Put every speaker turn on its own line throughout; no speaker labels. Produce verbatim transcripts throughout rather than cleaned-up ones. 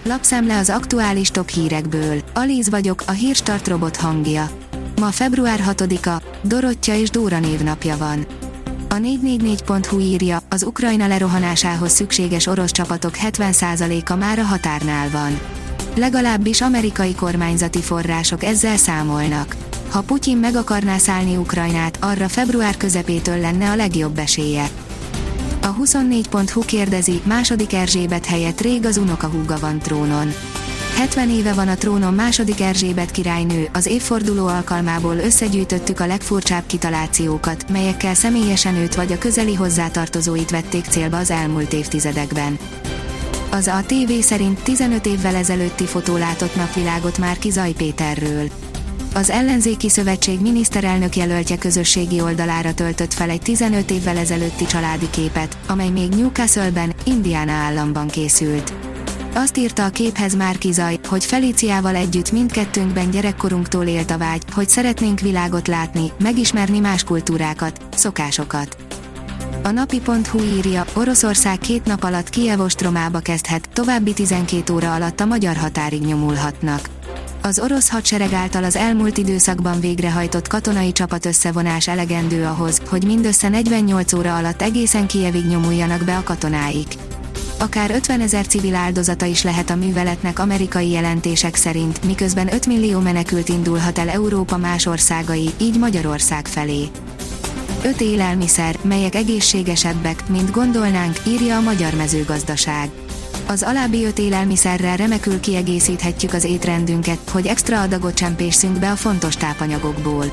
Lapszemle az aktuális top hírekből. Alíz vagyok, a Hírstart robot hangja. Ma február hatodika, Dorottya és Dóra névnapja van. A négy négy négy pont hu írja, az Ukrajna lerohanásához szükséges orosz csapatok hetven százaléka már a határnál van. Legalábbis amerikai kormányzati források ezzel számolnak. Ha Putyin meg akarná szállni Ukrajnát, arra február közepétől lenne a legjobb esélye. A huszonnégy pont hu kérdezi, második Erzsébet helyett rég az unokahúga van trónon. hetven éve van a trónon második Erzsébet királynő, az évforduló alkalmából összegyűjtöttük a legfurcsább kitalációkat, melyekkel személyesen őt vagy a közeli hozzátartozóit vették célba az elmúlt évtizedekben. Az á té vé szerint tizenöt évvel ezelőtti fotó látott napvilágot Márki Zay Péterről. Az Ellenzéki Szövetség miniszterelnök jelöltje közösségi oldalára töltött fel egy tizenöt évvel ezelőtti családi képet, amely még Newcastle-ben, Indiana államban készült. Azt írta a képhez Márki Zay, hogy Feliciával együtt mindkettőnkben gyerekkorunktól élt a vágy, hogy szeretnénk világot látni, megismerni más kultúrákat, szokásokat. A napi pont hu írja, Oroszország két nap alatt Kijev ostromába kezdhet, további tizenkét óra alatt a magyar határig nyomulhatnak. Az orosz hadsereg által az elmúlt időszakban végrehajtott katonai csapat összevonás elegendő ahhoz, hogy mindössze negyvennyolc óra alatt egészen Kijevig nyomuljanak be a katonáik. Akár ötvenezer civil áldozata is lehet a műveletnek amerikai jelentések szerint, miközben öt millió menekült indulhat el Európa más országai, így Magyarország felé. öt élelmiszer, melyek egészségesebbek, mint gondolnánk, írja a Magyar Mezőgazdaság. Az alábbi öt élelmiszerrel remekül kiegészíthetjük az étrendünket, hogy extra adagot csempészünk be a fontos tápanyagokból.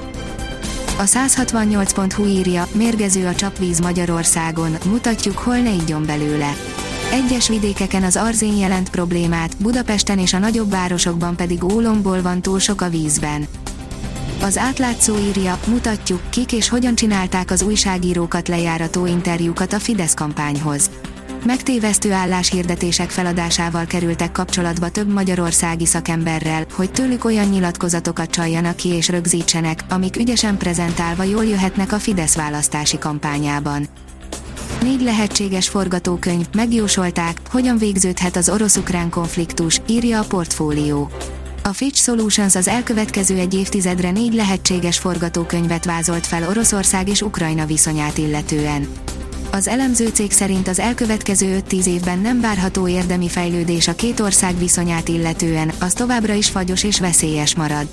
A száz hatvannyolc pont hu írja, mérgező a csapvíz Magyarországon, mutatjuk, hol ne igyon belőle. Egyes vidékeken az arzén jelent problémát, Budapesten és a nagyobb városokban pedig ólomból van túl sok a vízben. Az átlátszó írja, mutatjuk, kik és hogyan csinálták az újságírókat lejárató interjúkat a Fidesz kampányhoz. Megtévesztő álláshirdetések feladásával kerültek kapcsolatba több magyarországi szakemberrel, hogy tőlük olyan nyilatkozatokat csaljanak ki és rögzítsenek, amik ügyesen prezentálva jól jöhetnek a Fidesz választási kampányában. Négy lehetséges forgatókönyv, megjósolták, hogyan végződhet az orosz-ukrán konfliktus, írja a Portfólió. A Fitch Solutions az elkövetkező egy évtizedre négy lehetséges forgatókönyvet vázolt fel Oroszország és Ukrajna viszonyát illetően. Az elemző cég szerint az elkövetkező öt-tíz évben nem várható érdemi fejlődés a két ország viszonyát illetően, az továbbra is fagyos és veszélyes marad.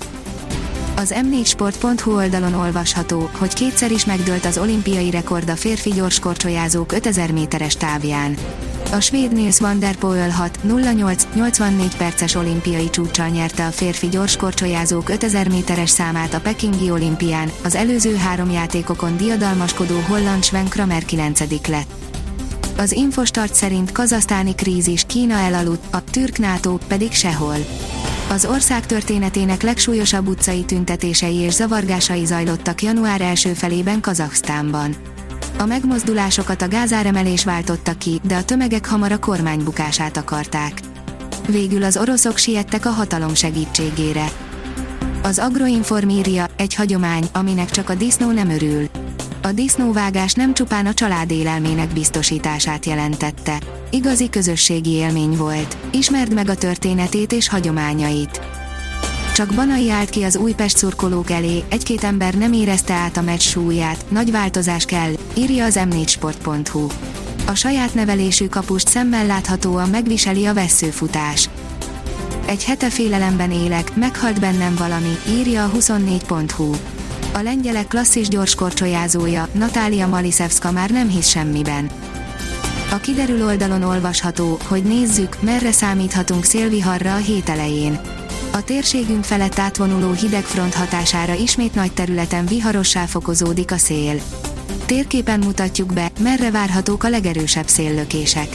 Az em négy sport pont hu oldalon olvasható, hogy kétszer is megdőlt az olimpiai rekord a férfi gyorskorcsolyázók ötezer méteres távján. A svéd Nils van der Poel hat nulla nyolc nyolcvannégy perces olimpiai csúccsal nyerte a férfi gyorskorcsolyázók ötezer méteres számát a pekingi olimpián, az előző három játékokon diadalmaskodó holland Sven Kramer kilencedik lett. Az Infostart szerint kazahsztáni krízis, Kína elaludt, a türk NATO pedig sehol. Az ország történetének legsúlyosabb utcai tüntetései és zavargásai zajlottak január első felében Kazahsztánban. A megmozdulásokat a gázáremelés váltotta ki, de a tömegek hamar a kormány bukását akarták. Végül az oroszok siettek a hatalom segítségére. Az Agroinform írja, egy hagyomány, aminek csak a disznó nem örül. A disznóvágás nem csupán a család élelmének biztosítását jelentette. Igazi közösségi élmény volt. Ismerd meg a történetét és hagyományait. Csak Banai állt ki az Újpest szurkolók elé, egy-két ember nem érezte át a meccs súlyát, nagy változás kell, írja az em négy sport pont hu. A saját nevelésű kapust szemmel láthatóan megviseli a vesszőfutás. Egy hete félelemben élek, meghalt bennem valami, írja a huszonnégy pont hu. A lengyelek klasszis gyorskorcsolyázója, Natália Maliszewska már nem hisz semmiben. A kiderül oldalon olvasható, hogy nézzük, merre számíthatunk szélviharra a hét elején. A térségünk felett átvonuló hidegfront hatására ismét nagy területen viharossá fokozódik a szél. Térképen mutatjuk be, merre várhatók a legerősebb széllökések.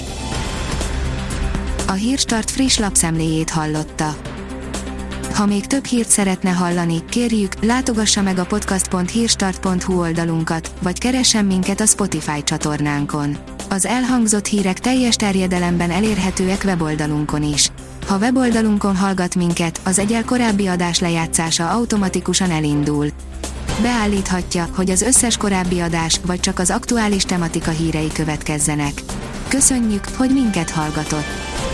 A Hírstart friss lapszemléjét hallotta. Ha még több hírt szeretne hallani, kérjük, látogassa meg a podcast pont hírstart pont hu oldalunkat, vagy keressen minket a Spotify csatornánkon. Az elhangzott hírek teljes terjedelemben elérhetőek weboldalunkon is. Ha weboldalunkon hallgat minket, az egyel korábbi adás lejátszása automatikusan elindul. Beállíthatja, hogy az összes korábbi adás, vagy csak az aktuális tematika hírei következzenek. Köszönjük, hogy minket hallgatott!